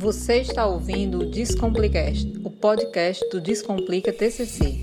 Você está ouvindo o Descomplicast, o podcast do Descomplica TCC.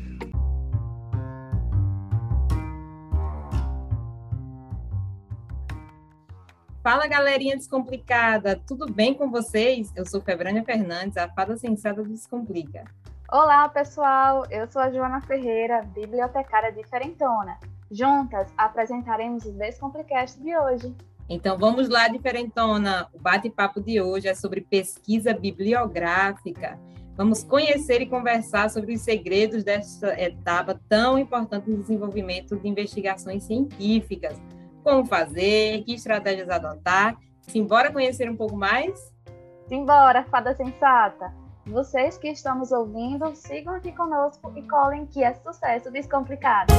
Fala, galerinha descomplicada! Tudo bem com vocês? Eu sou Febrânia Fernandes, a fada sensata do Descomplica. Olá, pessoal! Eu sou a Joana Ferreira, bibliotecária diferentona. Juntas, apresentaremos o Descomplicast de hoje. Então, vamos lá, diferentona! O bate-papo de hoje é sobre pesquisa bibliográfica. Vamos conhecer e conversar sobre os segredos desta etapa tão importante no desenvolvimento de investigações científicas. Como fazer, que estratégias adotar. Simbora conhecer um pouco mais? Simbora, fada sensata! Vocês que estão nos ouvindo, sigam aqui conosco e colhem que é sucesso descomplicado.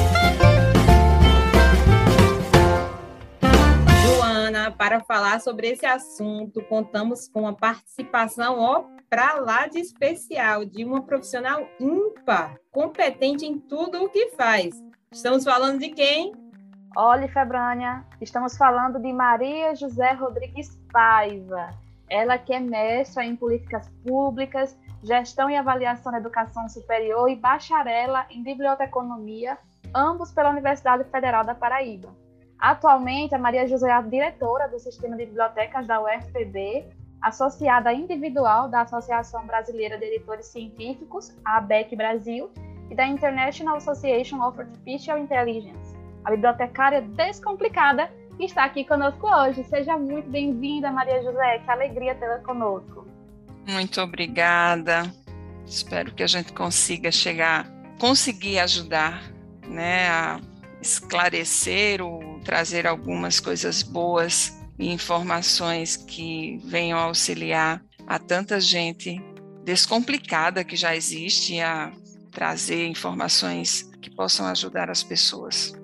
Joana, para falar sobre esse assunto, contamos com a participação, para lá de especial, de uma profissional ímpar, competente em tudo o que faz. Estamos falando de quem? Olha, Febrânia, estamos falando de Maria José Rodrigues Paiva. Ela que é mestra em políticas públicas, gestão e avaliação da educação superior e bacharela em biblioteconomia, ambos pela Universidade Federal da Paraíba. Atualmente, a Maria José é a diretora do Sistema de Bibliotecas da UFPB, associada individual da Associação Brasileira de Editores Científicos, a ABEC Brasil, e da International Association of Artificial Intelligence. A bibliotecária descomplicada que está aqui conosco hoje. Seja muito bem-vinda, Maria José. Que alegria tê-la conosco. Muito obrigada. Espero que a gente conseguir ajudar, né, a esclarecer ou trazer algumas coisas boas e informações que venham auxiliar a tanta gente descomplicada que já existe, a trazer informações que possam ajudar as pessoas.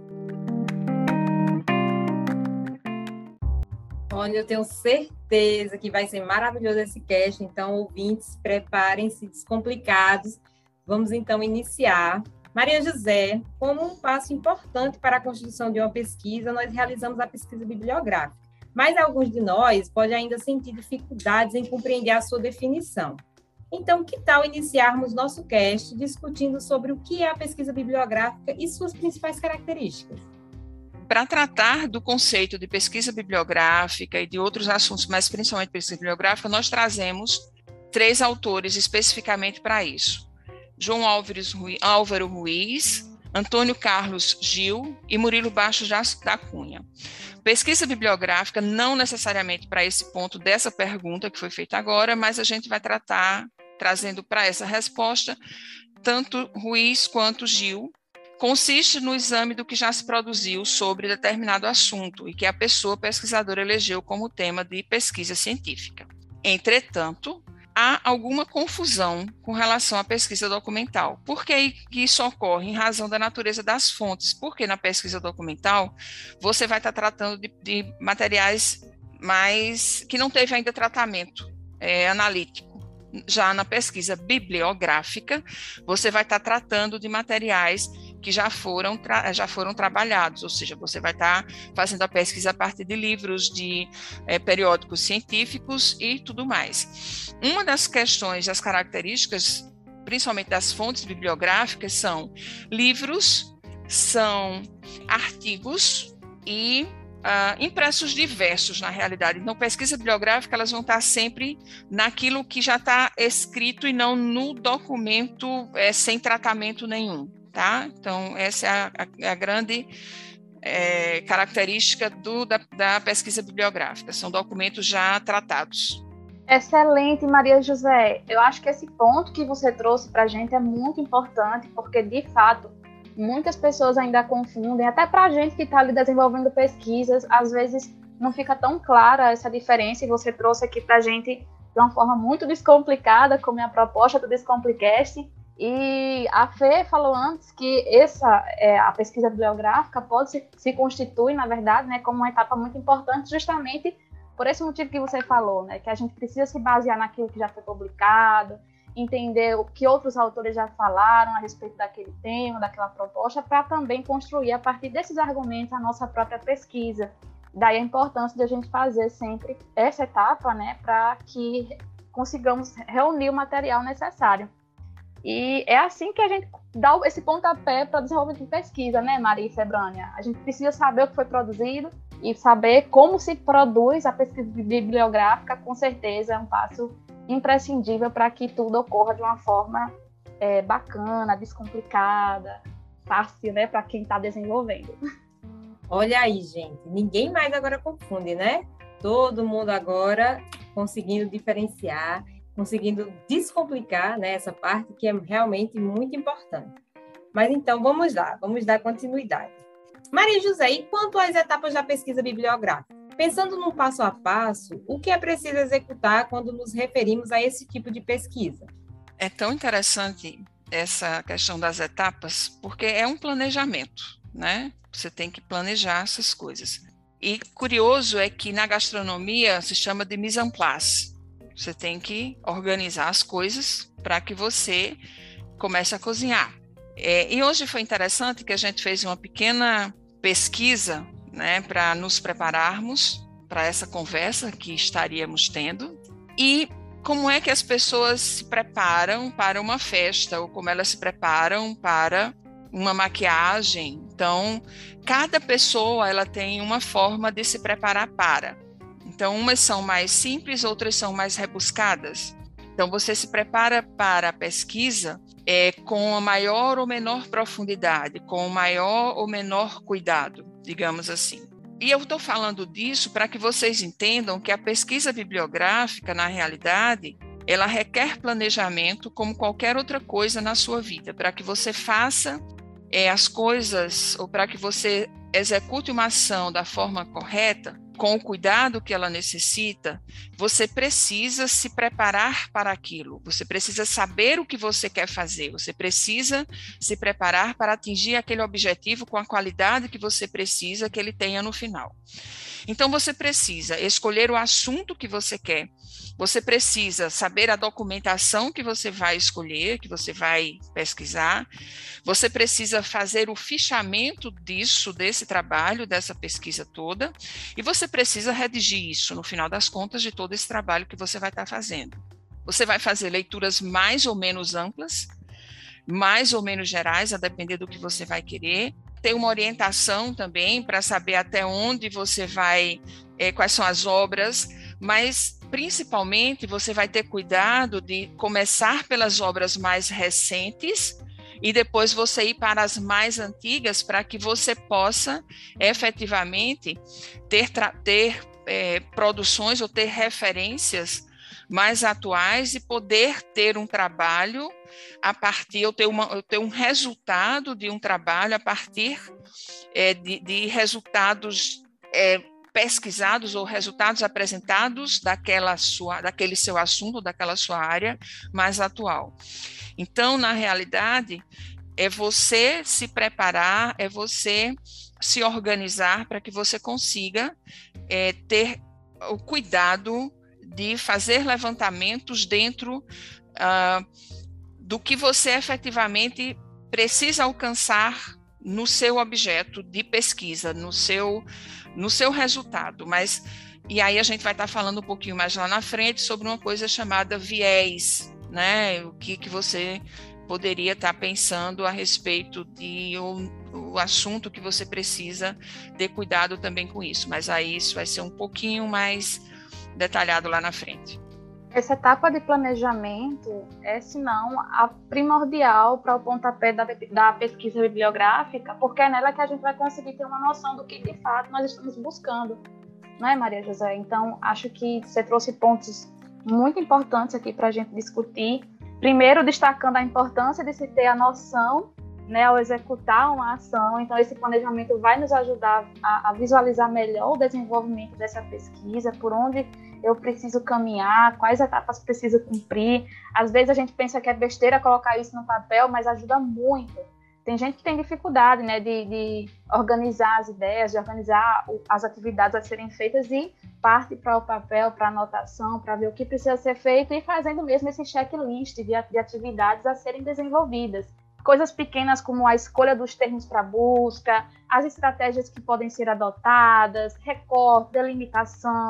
Olha, eu tenho certeza que vai ser maravilhoso esse cast, então, ouvintes, preparem-se descomplicados. Vamos, então, iniciar. Maria José, como um passo importante para a construção de uma pesquisa, nós realizamos a pesquisa bibliográfica, mas alguns de nós podem ainda sentir dificuldades em compreender a sua definição. Então, que tal iniciarmos nosso cast discutindo sobre o que é a pesquisa bibliográfica e suas principais características? Para tratar do conceito de pesquisa bibliográfica e de outros assuntos, mas principalmente pesquisa bibliográfica, nós trazemos 3 autores especificamente para isso. João Álvaro Ruiz, Antônio Carlos Gil e Murilo Bastos da Cunha. Pesquisa bibliográfica não necessariamente para esse ponto dessa pergunta que foi feita agora, mas a gente vai trazendo para essa resposta tanto Ruiz quanto Gil. Consiste no exame do que já se produziu sobre determinado assunto e que a pessoa pesquisadora elegeu como tema de pesquisa científica. Entretanto, há alguma confusão com relação à pesquisa documental. Por que isso ocorre? Em razão da natureza das fontes. Porque na pesquisa documental, você vai estar tratando de materiais que não teve ainda tratamento analítico. Já na pesquisa bibliográfica, você vai estar tratando de materiais que já foram trabalhados, ou seja, você vai estar fazendo a pesquisa a partir de livros, de periódicos científicos e tudo mais. Uma das questões, das características, principalmente das fontes bibliográficas, são livros, são artigos e impressos diversos, na realidade. Então, pesquisa bibliográfica, elas vão estar sempre naquilo que já está escrito e não no documento sem tratamento nenhum, tá? Então, essa é a grande característica da pesquisa bibliográfica, são documentos já tratados. Excelente, Maria José. Eu acho que esse ponto que você trouxe para a gente é muito importante, porque, de fato, muitas pessoas ainda confundem, até para a gente que está ali desenvolvendo pesquisas, às vezes não fica tão clara essa diferença, e você trouxe aqui para a gente de uma forma muito descomplicada, como é a proposta do Descomplicast. E a Fê falou antes que a pesquisa bibliográfica se constitui, na verdade, né, como uma etapa muito importante, justamente por esse motivo que você falou, né, que a gente precisa se basear naquilo que já foi publicado, entender o que outros autores já falaram a respeito daquele tema, daquela proposta, para também construir a partir desses argumentos a nossa própria pesquisa. Daí a importância de a gente fazer sempre essa etapa, né, para que consigamos reunir o material necessário. E é assim que a gente dá esse pontapé para o desenvolvimento de pesquisa, né, Maria e Febrânia? A gente precisa saber o que foi produzido e saber como se produz a pesquisa bibliográfica, com certeza é um passo imprescindível para que tudo ocorra de uma forma bacana, descomplicada, fácil, né, para quem está desenvolvendo. Olha aí, gente, ninguém mais agora confunde, né? Todo mundo agora conseguindo diferenciar, conseguindo descomplicar, né, essa parte que é realmente muito importante. Mas então, vamos lá, vamos dar continuidade. Maria José, e quanto às etapas da pesquisa bibliográfica? Pensando num passo a passo, o que é preciso executar quando nos referimos a esse tipo de pesquisa? É tão interessante essa questão das etapas, porque é um planejamento, né? Você tem que planejar essas coisas. E curioso é que na gastronomia se chama de mise en place. Você tem que organizar as coisas para que você comece a cozinhar. E hoje foi interessante que a gente fez uma pequena pesquisa, né, para nos prepararmos para essa conversa que estaríamos tendo. E como é que as pessoas se preparam para uma festa, ou como elas se preparam para uma maquiagem. Então, cada pessoa ela tem uma forma de se preparar para. Então, umas são mais simples, outras são mais rebuscadas. Então, você se prepara para a pesquisa com a maior ou menor profundidade, com o maior ou menor cuidado, digamos assim. E eu estou falando disso para que vocês entendam que a pesquisa bibliográfica, na realidade, ela requer planejamento como qualquer outra coisa na sua vida, para que você faça as coisas, ou para que você execute uma ação da forma correta, com o cuidado que ela necessita, você precisa se preparar para aquilo, você precisa saber o que você quer fazer, você precisa se preparar para atingir aquele objetivo com a qualidade que você precisa que ele tenha no final. Então, você precisa escolher o assunto que você quer, você precisa saber a documentação que você vai escolher, que você vai pesquisar, você precisa fazer o fichamento desse trabalho, dessa pesquisa toda, e você precisa redigir isso, no final das contas, de todo esse trabalho que você vai estar fazendo. Você vai fazer leituras mais ou menos amplas, mais ou menos gerais, a depender do que você vai querer, ter uma orientação também para saber até onde você vai, quais são as obras, mas principalmente você vai ter cuidado de começar pelas obras mais recentes e depois você ir para as mais antigas para que você possa efetivamente ter produções ou ter referências mais atuais e poder ter um trabalho a partir, eu ter um resultado de um trabalho a partir de resultados pesquisados ou resultados apresentados daquele seu assunto, daquela sua área mais atual. Então, na realidade, é você se preparar, é você se organizar para que você consiga ter o cuidado de fazer levantamentos dentro do que você efetivamente precisa alcançar no seu objeto de pesquisa, no seu resultado. E aí a gente vai estar falando um pouquinho mais lá na frente sobre uma coisa chamada viés, né? O que você poderia estar pensando a respeito o assunto que você precisa ter cuidado também com isso. Mas aí isso vai ser um pouquinho mais detalhado lá na frente. Essa etapa de planejamento é, se não, a primordial para o pontapé da pesquisa bibliográfica, porque é nela que a gente vai conseguir ter uma noção do que, de fato, nós estamos buscando, não é, Maria José? Então, acho que você trouxe pontos muito importantes aqui para a gente discutir. Primeiro, destacando a importância de se ter a noção, né, ao executar uma ação. Então, esse planejamento vai nos ajudar a visualizar melhor o desenvolvimento dessa pesquisa, por onde eu preciso caminhar, quais etapas preciso cumprir. Às vezes a gente pensa que é besteira colocar isso no papel, mas ajuda muito. Tem gente que tem dificuldade, né, de organizar as ideias, de organizar as atividades a serem feitas e parte para o papel, para a anotação, para ver o que precisa ser feito e fazendo mesmo esse checklist de atividades a serem desenvolvidas. Coisas pequenas como a escolha dos termos para busca, as estratégias que podem ser adotadas, recorte, delimitação,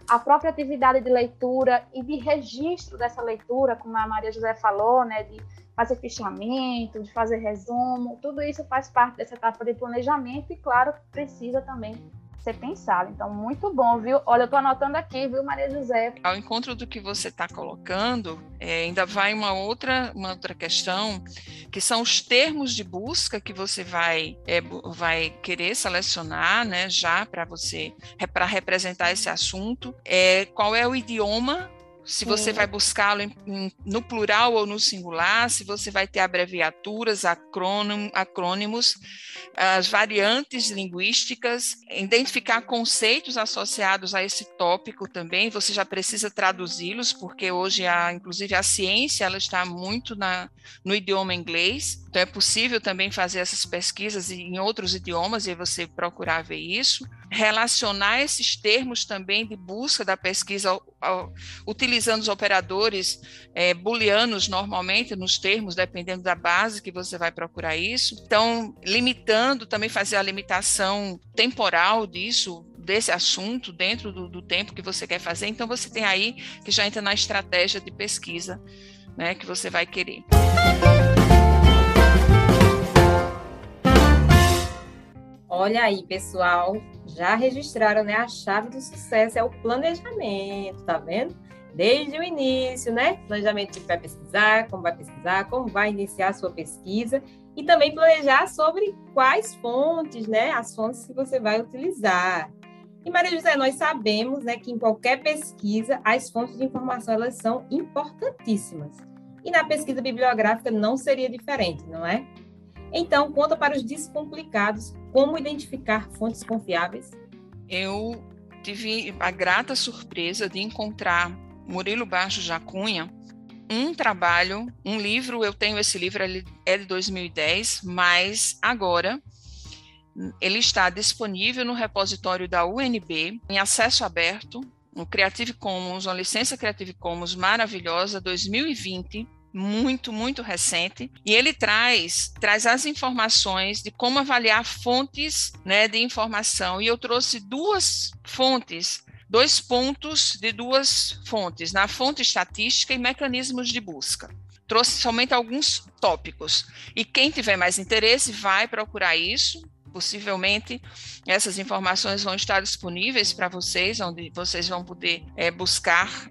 a própria atividade de leitura e de registro dessa leitura, como a Maria José falou, né, de fazer fichamento, de fazer resumo, tudo isso faz parte dessa etapa de planejamento e, claro, precisa também ser pensado. Então, muito bom, viu? Olha, eu estou anotando aqui, viu, Maria José? Ao encontro do que você está colocando, ainda vai uma outra questão, que são os termos de busca que você vai querer selecionar, né, já para representar esse assunto. Qual é o idioma? Se você vai buscá-lo no plural ou no singular, se você vai ter abreviaturas, acrônimos, as variantes linguísticas, identificar conceitos associados a esse tópico também, você já precisa traduzi-los, porque hoje, inclusive, a ciência ela está muito no idioma inglês, então é possível também fazer essas pesquisas em outros idiomas e você procurar ver isso. Relacionar esses termos também de busca da pesquisa utilizando os operadores booleanos normalmente nos termos, dependendo da base que você vai procurar isso. Então, limitando, também fazer a limitação temporal desse assunto dentro do tempo que você quer fazer. Então, você tem aí que já entra na estratégia de pesquisa, né, que você vai querer. Olha aí, pessoal, já registraram, né? A chave do sucesso é o planejamento, tá vendo? Desde o início, né? Planejamento de que vai pesquisar, como vai iniciar a sua pesquisa e também planejar sobre quais fontes, né? As fontes que você vai utilizar. E, Maria José, nós sabemos, né, que em qualquer pesquisa, as fontes de informação, elas são importantíssimas. E na pesquisa bibliográfica não seria diferente, não é? Então, conta para os descomplicados como identificar fontes confiáveis. Eu tive a grata surpresa de encontrar Murilo Baixo da Cunha, um livro, eu tenho esse livro, ele é de 2010, mas agora ele está disponível no repositório da UNB, em acesso aberto, no Creative Commons, uma licença Creative Commons maravilhosa, 2020, muito, muito recente, e ele traz as informações de como avaliar fontes, né, de informação, e eu trouxe dois pontos de duas fontes, na fonte estatística e mecanismos de busca. Trouxe somente alguns tópicos, e quem tiver mais interesse vai procurar isso. Possivelmente essas informações vão estar disponíveis para vocês, onde vocês vão poder buscar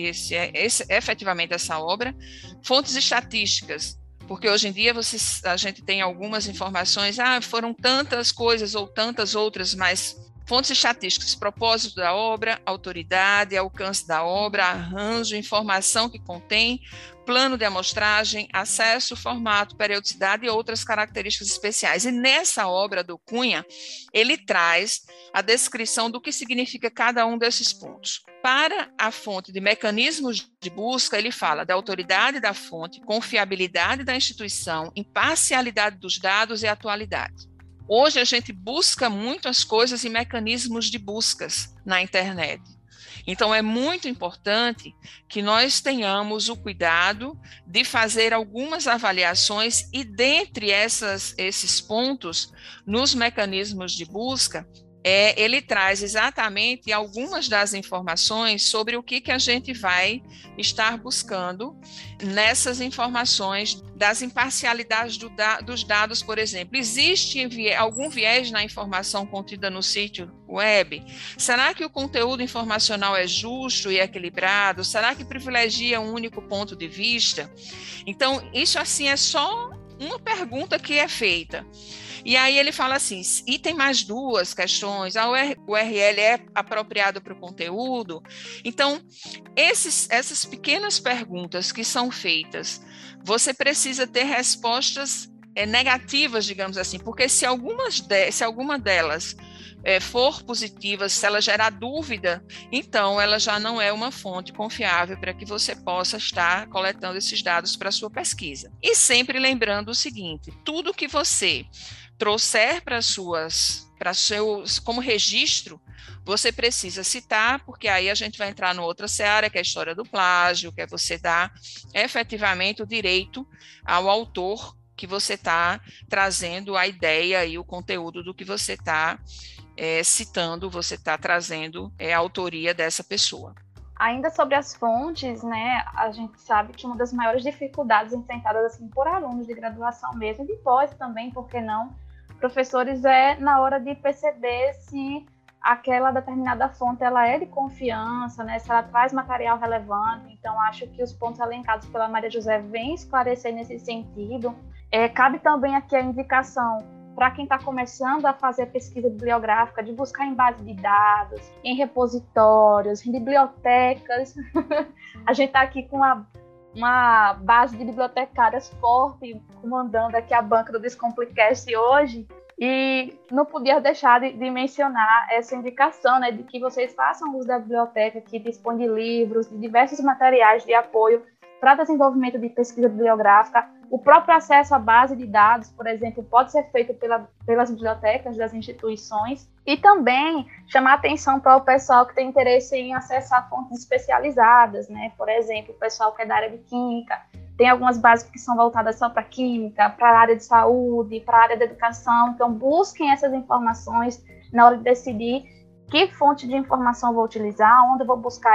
efetivamente essa obra. Fontes estatísticas, porque hoje em dia a gente tem algumas informações, foram tantas coisas ou tantas outras, mas fontes estatísticas, propósito da obra, autoridade, alcance da obra, arranjo, informação que contém, plano de amostragem, acesso, formato, periodicidade e outras características especiais. E nessa obra do Cunha, ele traz a descrição do que significa cada um desses pontos. Para a fonte de mecanismos de busca, ele fala da autoridade da fonte, confiabilidade da instituição, imparcialidade dos dados e atualidade. Hoje a gente busca muito as coisas em mecanismos de buscas na internet. Então, é muito importante que nós tenhamos o cuidado de fazer algumas avaliações e, dentre esses pontos, nos mecanismos de busca, ele traz exatamente algumas das informações sobre o que a gente vai estar buscando nessas informações das imparcialidades dos dados, por exemplo. Existe algum viés na informação contida no sítio web? Será que o conteúdo informacional é justo e equilibrado? Será que privilegia um único ponto de vista? Então, isso assim é só uma pergunta que é feita. E aí ele fala assim, e tem mais duas questões, a URL é apropriado para o conteúdo? Então, essas pequenas perguntas que são feitas, você precisa ter respostas negativas, digamos assim, porque se alguma delas for positiva, se ela gerar dúvida, então ela já não é uma fonte confiável para que você possa estar coletando esses dados para a sua pesquisa. E sempre lembrando o seguinte, tudo que você trouxer como registro, você precisa citar, porque aí a gente vai entrar numa outra seara, que é a história do plágio, que é você dar efetivamente o direito ao autor que você está trazendo a ideia e o conteúdo do que você está citando, você está trazendo a autoria dessa pessoa. Ainda sobre as fontes, né, a gente sabe que uma das maiores dificuldades enfrentadas assim, por alunos de graduação mesmo, e de pós também, por que não, professores, é na hora de perceber se aquela determinada fonte ela é de confiança, né, se ela traz material relevante. Então, acho que os pontos elencados pela Maria José vêm esclarecer nesse sentido. Cabe também aqui a indicação para quem está começando a fazer pesquisa bibliográfica, de buscar em base de dados, em repositórios, em bibliotecas. A gente está aqui com uma base de bibliotecárias forte, comandando aqui a banca do Descomplicast hoje, e não podia deixar de mencionar essa indicação, né, de que vocês façam uso da biblioteca, que dispõe de livros, de diversos materiais de apoio para desenvolvimento de pesquisa bibliográfica. O próprio acesso à base de dados, por exemplo, pode ser feito pelas bibliotecas das instituições, e também chamar atenção para o pessoal que tem interesse em acessar fontes especializadas, né? Por exemplo, o pessoal que é da área de química, tem algumas bases que são voltadas só para química, para a área de saúde, para a área da educação. Então, busquem essas informações na hora de decidir que fonte de informação vou utilizar, onde eu vou buscar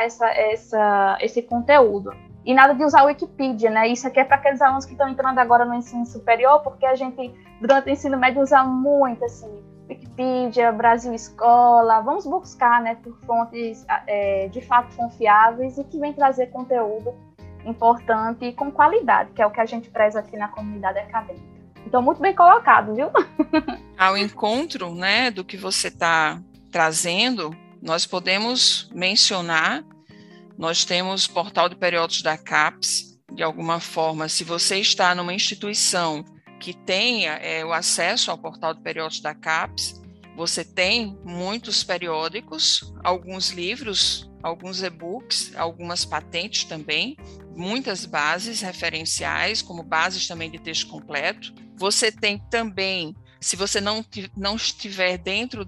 esse conteúdo. E nada de usar a Wikipedia, né? Isso aqui é para aqueles alunos que estão entrando agora no ensino superior, porque a gente, durante o ensino médio, usa muito, assim, Wikipedia, Brasil Escola. Vamos buscar, né, por fontes de fato confiáveis e que vêm trazer conteúdo importante e com qualidade, que é o que a gente preza aqui na comunidade acadêmica. Então, muito bem colocado, viu? Ao encontro, né, do que você está trazendo, nós podemos mencionar. Nós temos o portal de periódicos da CAPES. De alguma forma, se você está numa instituição que tenha o acesso ao portal de periódicos da CAPES, você tem muitos periódicos, alguns livros, alguns e-books, algumas patentes também, muitas bases referenciais, como bases também de texto completo. Você tem também, se você não estiver dentro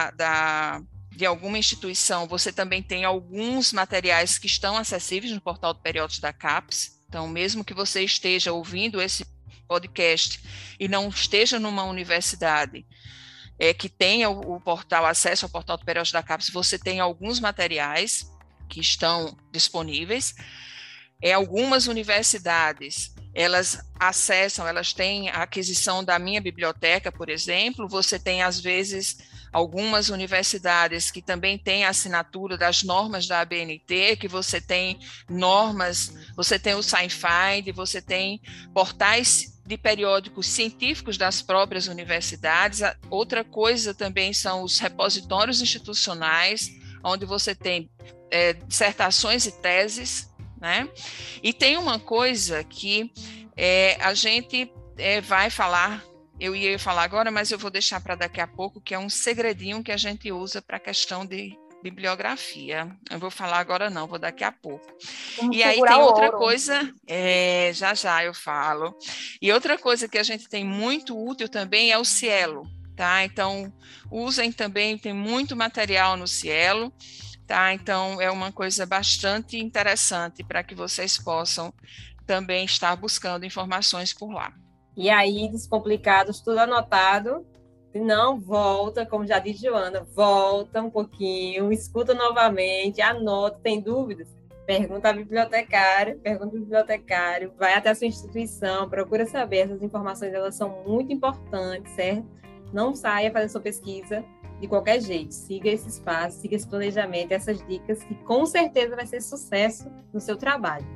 de alguma instituição, você também tem alguns materiais que estão acessíveis no portal de periódicos da CAPES. Então, mesmo que você esteja ouvindo esse podcast e não esteja numa universidade que tenha o portal, acesso ao portal de periódicos da CAPES, você tem alguns materiais que estão disponíveis. Algumas universidades, elas têm a aquisição da minha biblioteca, por exemplo. Você tem, às vezes, algumas universidades que também têm a assinatura das normas da ABNT, que você tem normas, você tem o SciFind, você tem portais de periódicos científicos das próprias universidades. Outra coisa também são os repositórios institucionais, onde você tem dissertações e teses, né? E tem uma coisa que a gente vai falar, eu ia falar agora, mas eu vou deixar para daqui a pouco, que é um segredinho que a gente usa para a questão de bibliografia. Eu vou falar agora não, vou daqui a pouco. E aí tem outra coisa, já eu falo. E outra coisa que a gente tem muito útil também é o Cielo, tá? Então, usem também, tem muito material no Cielo, tá? Então, é uma coisa bastante interessante para que vocês possam também estar buscando informações por lá. E aí, Descomplicados, tudo anotado. Se não, volta, como já disse Joana, volta um pouquinho, escuta novamente, anota, tem dúvidas? Pergunta ao bibliotecário, vai até a sua instituição, procura saber, essas informações elas são muito importantes, certo? Não saia fazendo sua pesquisa de qualquer jeito, siga esse espaço, siga esse planejamento, essas dicas, que com certeza vai ser sucesso no seu trabalho.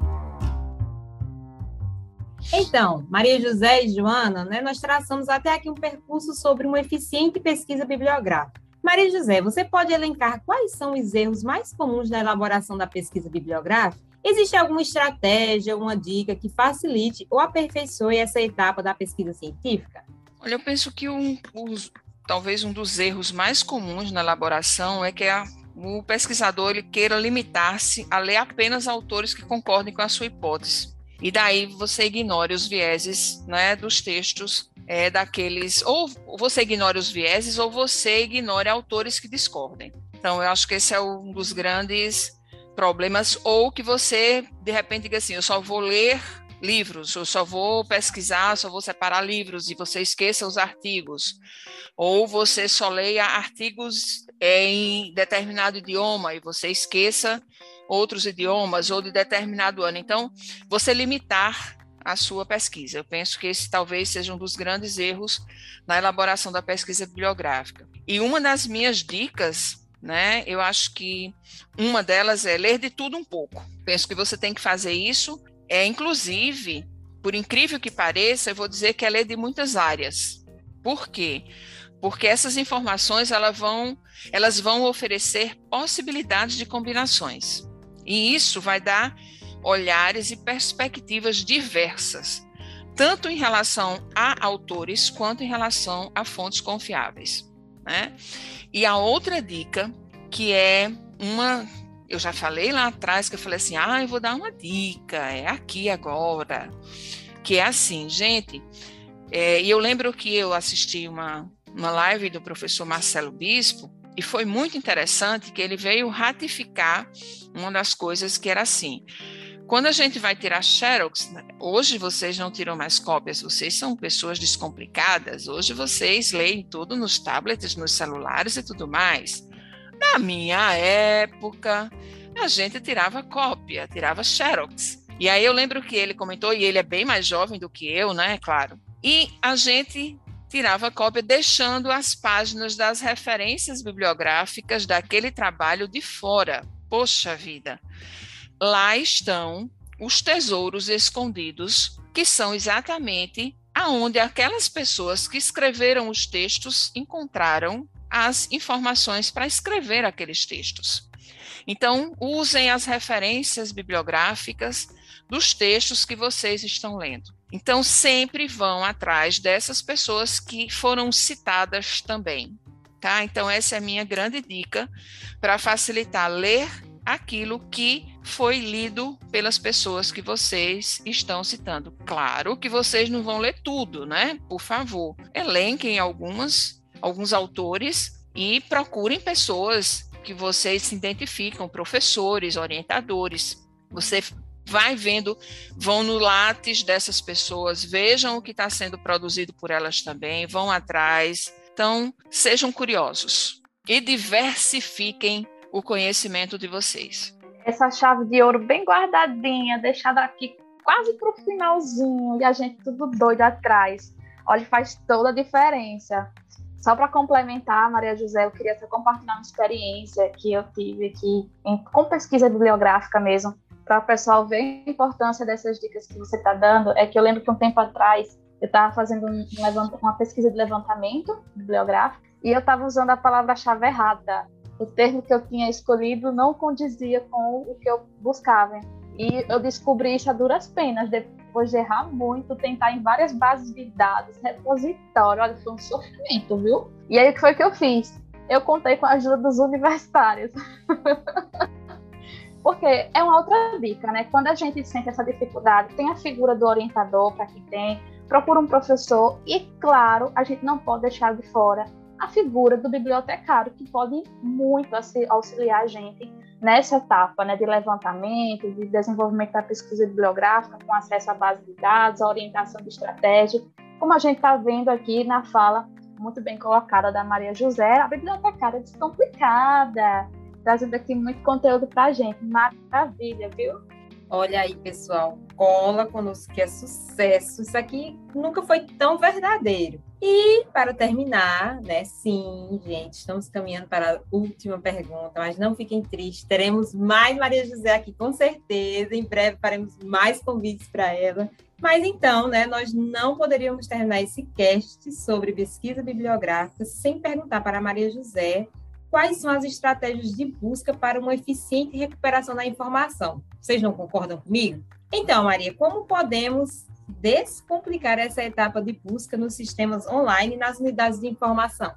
Então, Maria José e Joana, né, nós traçamos até aqui um percurso sobre uma eficiente pesquisa bibliográfica. Maria José, você pode elencar quais são os erros mais comuns na elaboração da pesquisa bibliográfica? Existe alguma estratégia, uma dica que facilite ou aperfeiçoe essa etapa da pesquisa científica? Olha, eu penso que talvez um dos erros mais comuns na elaboração é que o pesquisador ele queira limitar-se a ler apenas autores que concordem com a sua hipótese. E daí você ignora os vieses, né, dos textos daqueles, ou você ignora os vieses, ou você ignora autores que discordem. Então, eu acho que esse é um dos grandes problemas, ou que você, de repente, diga assim, eu só vou ler livros, eu só vou pesquisar, só vou separar livros e você esqueça os artigos, ou você só leia artigos em determinado idioma e você esqueça outros idiomas ou de determinado ano. Então, você limitar a sua pesquisa. Eu penso que esse talvez seja um dos grandes erros na elaboração da pesquisa bibliográfica. E uma das minhas dicas, né, eu acho que uma delas é ler de tudo um pouco. Penso que você tem que fazer isso. Inclusive, por incrível que pareça, eu vou dizer que é ler de muitas áreas. Por quê? Porque essas informações elas vão oferecer possibilidades de combinações. E isso vai dar olhares e perspectivas diversas, tanto em relação a autores quanto em relação a fontes confiáveis, né? E a outra dica, que é eu já falei lá atrás, que eu falei assim, eu vou dar uma dica, é aqui agora, que é assim, gente, e eu lembro que eu assisti uma live do professor Marcelo Bispo, e foi muito interessante que ele veio ratificar uma das coisas que era assim, quando a gente vai tirar xerox, hoje vocês não tiram mais cópias, vocês são pessoas descomplicadas, hoje vocês leem tudo nos tablets, nos celulares e tudo mais. Na minha época, a gente tirava cópia, tirava xerox. E aí eu lembro que ele comentou, e ele é bem mais jovem do que eu, né, claro, e a gente tirava cópia deixando as páginas das referências bibliográficas daquele trabalho de fora. Poxa vida! Lá estão os tesouros escondidos, que são exatamente aonde aquelas pessoas que escreveram os textos encontraram as informações para escrever aqueles textos. Então, usem as referências bibliográficas dos textos que vocês estão lendo. Então, sempre vão atrás dessas pessoas que foram citadas também, tá? Então, essa é a minha grande dica para facilitar ler aquilo que foi lido pelas pessoas que vocês estão citando. Claro que vocês não vão ler tudo, né? Por favor, elenquem alguns autores e procurem pessoas que vocês se identificam, professores, orientadores. Você vai vendo, vão no Lattes dessas pessoas, vejam o que está sendo produzido por elas também, vão atrás. Então, sejam curiosos e diversifiquem o conhecimento de vocês. Essa chave de ouro bem guardadinha, deixada aqui quase para o finalzinho, e a gente tudo doido atrás. Olha, faz toda a diferença. Só para complementar, Maria José, eu queria só compartilhar uma experiência que eu tive aqui com pesquisa bibliográfica mesmo, para o pessoal ver a importância dessas dicas que você está dando. É que eu lembro que um tempo atrás eu estava fazendo uma pesquisa de levantamento bibliográfico e eu estava usando a palavra-chave errada. O termo que eu tinha escolhido não condizia com o que eu buscava. E eu descobri isso a duras penas, depois de errar muito, tentar em várias bases de dados, repositório, olha, foi um sofrimento, viu? E aí, o que foi que eu fiz? Eu contei com a ajuda dos universitários. Porque é uma outra dica, né? Quando a gente sente essa dificuldade, tem a figura do orientador, para quem tem, procura um professor e, claro, a gente não pode deixar de fora a figura do bibliotecário, que pode muito auxiliar a gente nessa etapa, né, de levantamento, de desenvolvimento da pesquisa bibliográfica, com acesso à base de dados, à orientação de estratégia, como a gente está vendo aqui na fala muito bem colocada da Maria José, a bibliotecária descomplicada, trazendo aqui muito conteúdo para a gente. Maravilha, viu? Olha aí, pessoal, cola conosco que é sucesso. Isso aqui nunca foi tão verdadeiro. E, para terminar, né, sim, gente, estamos caminhando para a última pergunta, mas não fiquem tristes, teremos mais Maria José aqui, com certeza, em breve faremos mais convites para ela. Mas então, né, nós não poderíamos terminar esse cast sobre pesquisa bibliográfica sem perguntar para a Maria José quais são as estratégias de busca para uma eficiente recuperação da informação. Vocês não concordam comigo? Então, Maria, como podemos descomplicar essa etapa de busca nos sistemas online e nas unidades de informação?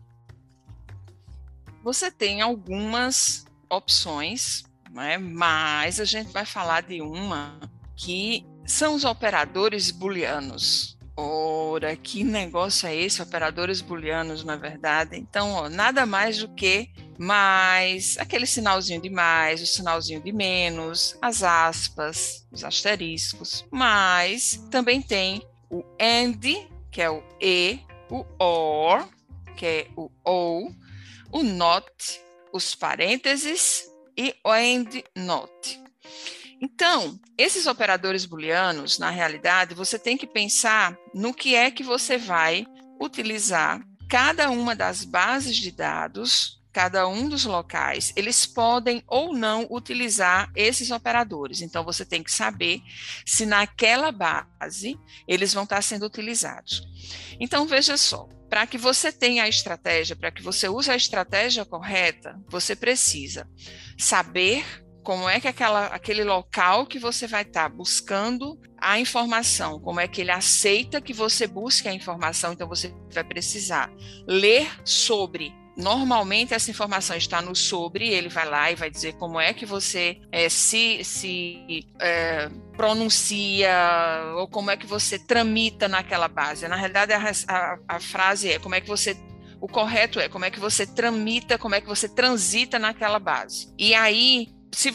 Você tem algumas opções, né? Mas a gente vai falar de uma que são os operadores booleanos. Ora, que negócio é esse, operadores booleanos, na verdade? Então, nada mais do que mais, aquele sinalzinho de mais, o sinalzinho de menos, as aspas, os asteriscos, mas também tem o and, que é o e, o or, que é o ou, o not, os parênteses e o and not. Então, esses operadores booleanos, na realidade, você tem que pensar no que é que você vai utilizar. Cada uma das bases de dados, cada um dos locais, eles podem ou não utilizar esses operadores. Então, você tem que saber se naquela base eles vão estar sendo utilizados. Então, veja só, para que você tenha a estratégia, para que você use a estratégia correta, você precisa saber como é que aquele local que você vai estar buscando a informação, como é que ele aceita que você busque a informação, então você vai precisar ler sobre. Normalmente essa informação está no sobre, ele vai lá e vai dizer como é que você se pronuncia ou como é que você tramita naquela base. Na realidade a frase é como é que você... O correto é como é que você tramita, como é que você transita naquela base. E aí...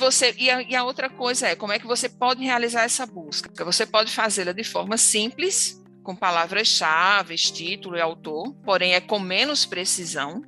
E a outra coisa é como é que você pode realizar essa busca. Você pode fazê-la de forma simples, com palavras-chave, título e autor, porém é com menos precisão.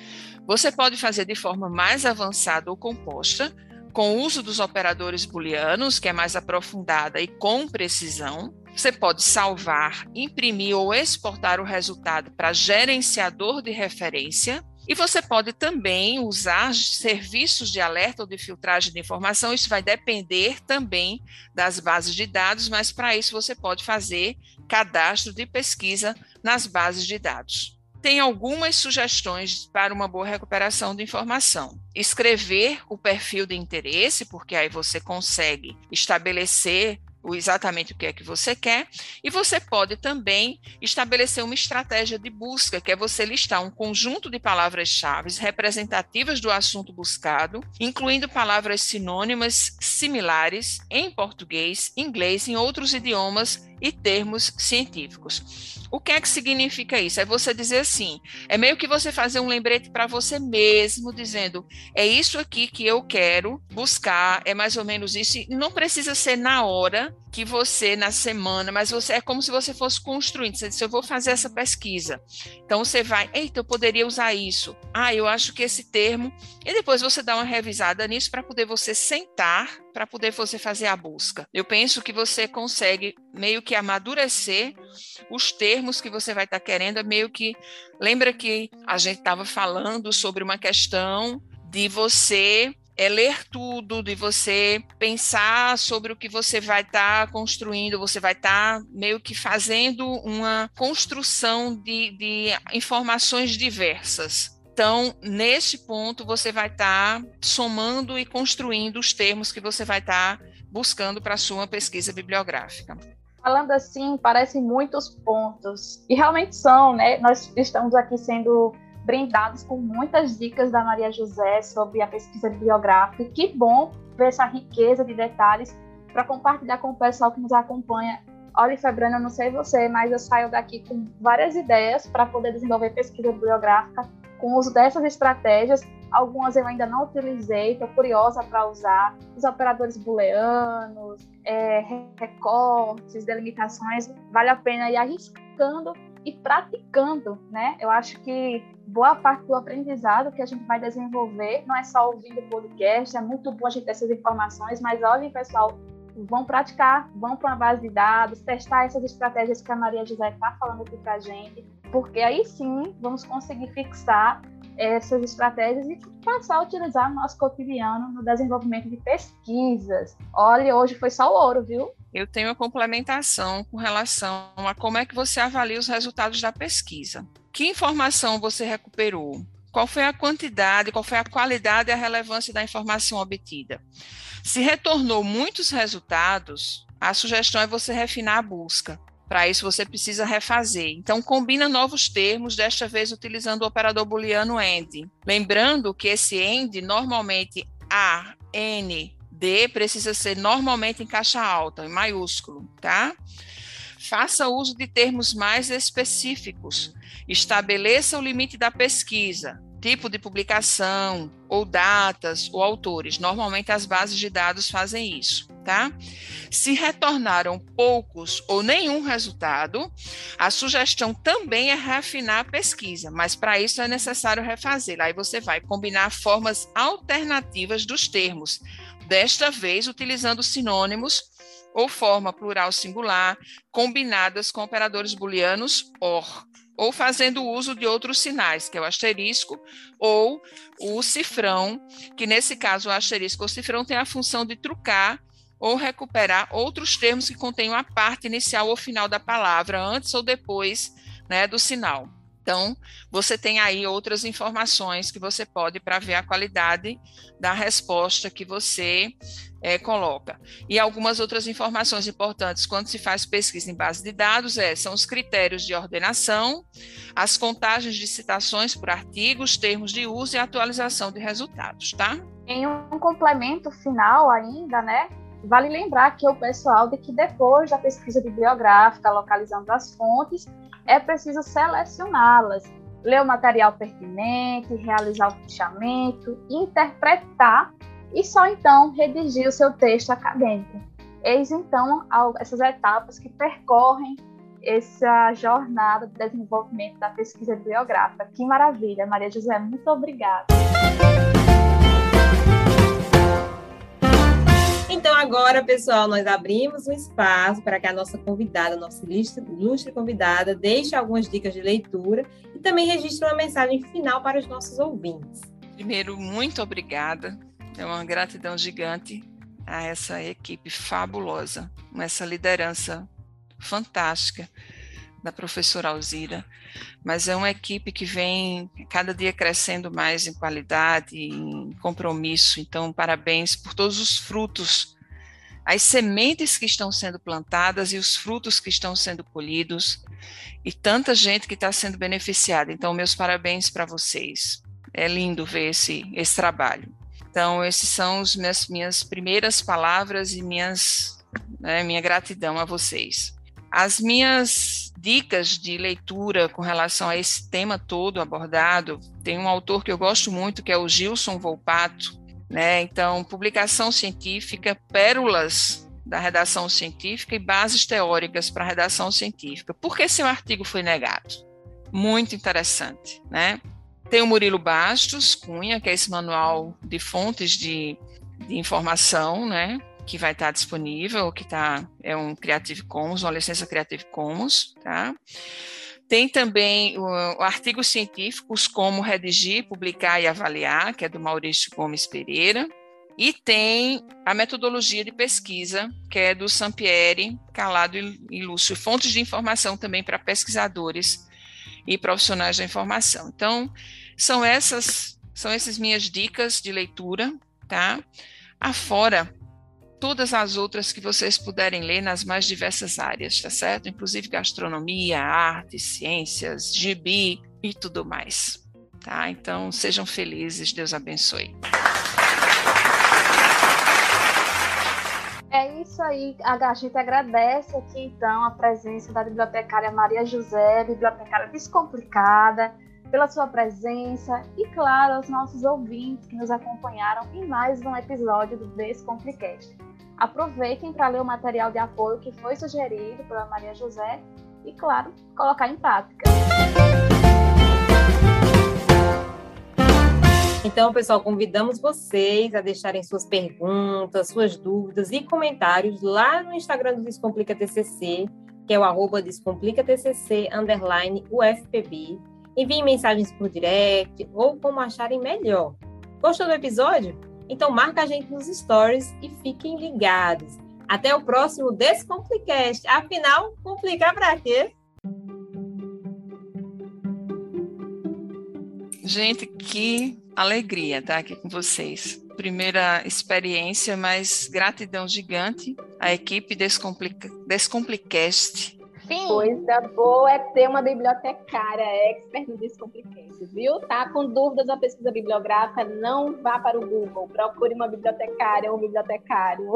Você pode fazer de forma mais avançada ou composta, com o uso dos operadores booleanos, que é mais aprofundada e com precisão. Você pode salvar, imprimir ou exportar o resultado para gerenciador de referência. E você pode também usar serviços de alerta ou de filtragem de informação, isso vai depender também das bases de dados, mas para isso você pode fazer cadastro de pesquisa nas bases de dados. Tem algumas sugestões para uma boa recuperação de informação. Escrever o perfil de interesse, porque aí você consegue estabelecer exatamente o que é que você quer, e você pode também estabelecer uma estratégia de busca, que é você listar um conjunto de palavras-chave representativas do assunto buscado, incluindo palavras sinônimas similares em português, inglês, em outros idiomas e termos científicos. O que é que significa isso? É você dizer assim, é meio que você fazer um lembrete para você mesmo, dizendo, é isso aqui que eu quero buscar, é mais ou menos isso, e não precisa ser na hora que você, na semana, mas você é como se você fosse construindo, você disse, eu vou fazer essa pesquisa, então você vai, eita, eu poderia usar isso, eu acho que esse termo, e depois você dá uma revisada nisso para poder você sentar, para poder você fazer a busca. Eu penso que você consegue meio que amadurecer os termos que você vai estar querendo, meio que, lembra que a gente estava falando sobre uma questão de você ler tudo, de você pensar sobre o que você vai estar construindo, você vai estar meio que fazendo uma construção de informações diversas. Então, neste ponto, você vai estar somando e construindo os termos que você vai estar buscando para a sua pesquisa bibliográfica. Falando assim, parecem muitos pontos, e realmente são, né? Nós estamos aqui sendo brindados com muitas dicas da Maria José sobre a pesquisa bibliográfica. Que bom ver essa riqueza de detalhes para compartilhar com o pessoal que nos acompanha. Olha, Febrana, eu não sei você, mas eu saio daqui com várias ideias para poder desenvolver pesquisa bibliográfica com o uso dessas estratégias. Algumas eu ainda não utilizei, estou curiosa para usar. Os operadores booleanos, recortes, delimitações, vale a pena ir arriscando e praticando, né? Eu acho que boa parte do aprendizado que a gente vai desenvolver não é só ouvindo o podcast, é muito bom a gente ter essas informações, mas olhem, pessoal, vão praticar, vão para uma base de dados, testar essas estratégias que a Maria José está falando aqui para a gente, porque aí sim vamos conseguir fixar essas estratégias e passar a utilizar no nosso cotidiano no desenvolvimento de pesquisas. Olha, hoje foi só ouro, viu? Eu tenho uma complementação com relação a como é que você avalia os resultados da pesquisa. Que informação você recuperou? Qual foi a quantidade, qual foi a qualidade e a relevância da informação obtida? Se retornou muitos resultados, a sugestão é você refinar a busca. Para isso, você precisa refazer. Então, combina novos termos, desta vez utilizando o operador booleano AND. Lembrando que esse AND, normalmente A, N, D, precisa ser normalmente em caixa alta, em maiúsculo, tá? Faça uso de termos mais específicos. Estabeleça o limite da pesquisa. tipo de publicação, ou datas, ou autores. Normalmente as bases de dados fazem isso, tá? Se retornaram poucos ou nenhum resultado, a sugestão também é refinar a pesquisa, mas para isso é necessário refazê-la. Aí você vai combinar formas alternativas dos termos, desta vez utilizando sinônimos ou forma plural singular, combinadas com operadores booleanos OR, ou fazendo uso de outros sinais, que é o asterisco ou o cifrão, que nesse caso o asterisco ou cifrão tem a função de trucar ou recuperar outros termos que contenham a parte inicial ou final da palavra, antes ou depois, né, do sinal. Então, você tem aí outras informações que você pode para ver a qualidade da resposta que você coloca. E algumas outras informações importantes quando se faz pesquisa em base de dados são os critérios de ordenação, as contagens de citações por artigos, termos de uso e atualização de resultados, tá? Em um complemento final ainda, né? Vale lembrar que o pessoal de que depois da pesquisa bibliográfica, localizando as fontes, é preciso selecioná-las, ler o material pertinente, realizar o fichamento, interpretar e só então redigir o seu texto acadêmico. Eis então essas etapas que percorrem essa jornada de desenvolvimento da pesquisa bibliográfica. Que maravilha, Maria José, muito obrigada. Então, agora, pessoal, nós abrimos um espaço para que a nossa convidada, nossa ilustre convidada, deixe algumas dicas de leitura e também registre uma mensagem final para os nossos ouvintes. Primeiro, muito obrigada. É uma gratidão gigante a essa equipe fabulosa, essa liderança fantástica da professora Alzira, mas é uma equipe que vem cada dia crescendo mais em qualidade, em compromisso. Então, parabéns por todos os frutos, as sementes que estão sendo plantadas e os frutos que estão sendo colhidos, e tanta gente que está sendo beneficiada. Então, meus parabéns para vocês. É lindo ver esse trabalho. Então, esses são as minhas primeiras palavras e minha gratidão a vocês. As minhas dicas de leitura com relação a esse tema todo abordado, tem um autor que eu gosto muito, que é o Gilson Volpato, né? Então, publicação científica, pérolas da redação científica e bases teóricas para a redação científica. Por que seu artigo foi negado? Muito interessante, né? Tem o Murilo Bastos Cunha, que é esse manual de fontes de informação, né? Que vai estar disponível, é um Creative Commons, uma licença Creative Commons, tá? Tem também o Artigos Científicos, Como Redigir, Publicar e Avaliar, que é do Maurício Gomes Pereira, e tem a Metodologia de Pesquisa, que é do Sampieri, Calado e Lúcio, fontes de informação também para pesquisadores e profissionais da informação. Então, são essas minhas dicas de leitura, tá? Afora todas as outras que vocês puderem ler nas mais diversas áreas, tá certo? Inclusive gastronomia, arte, ciências, gibi e tudo mais, tá? Então, sejam felizes, Deus abençoe. É isso aí, a gente agradece aqui então a presença da bibliotecária Maria José, bibliotecária descomplicada, pela sua presença e, claro, aos nossos ouvintes que nos acompanharam em mais um episódio do Descomplicast. Aproveitem para ler o material de apoio que foi sugerido pela Maria José e, claro, colocar em prática. Então, pessoal, convidamos vocês a deixarem suas perguntas, suas dúvidas e comentários lá no Instagram do Descomplica TCC, que é o @descomplica_TCC_UFPB. Enviem mensagens por direct ou como acharem melhor. Gostou do episódio? Então marca a gente nos stories e fiquem ligados. Até o próximo Descomplicast. Afinal, complicar para quê? Gente, que alegria estar aqui com vocês. Primeira experiência, mas gratidão gigante à equipe Descomplicast. Sim. Coisa boa é ter uma bibliotecária expert no Descomplicast, viu? Tá com dúvidas na pesquisa bibliográfica, não vá para o Google, procure uma bibliotecária ou um bibliotecário.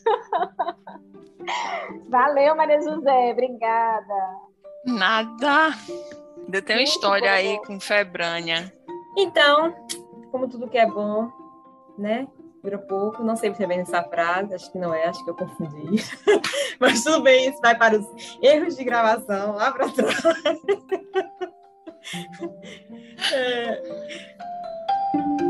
Valeu, Maria José, obrigada. Nada. Ainda tem uma história aí com Febrânia. Então, como tudo que é bom, né? Dura pouco. Não sei se é bem essa frase, acho que não é, acho que eu confundi. Mas tudo bem, isso vai para os erros de gravação lá para trás.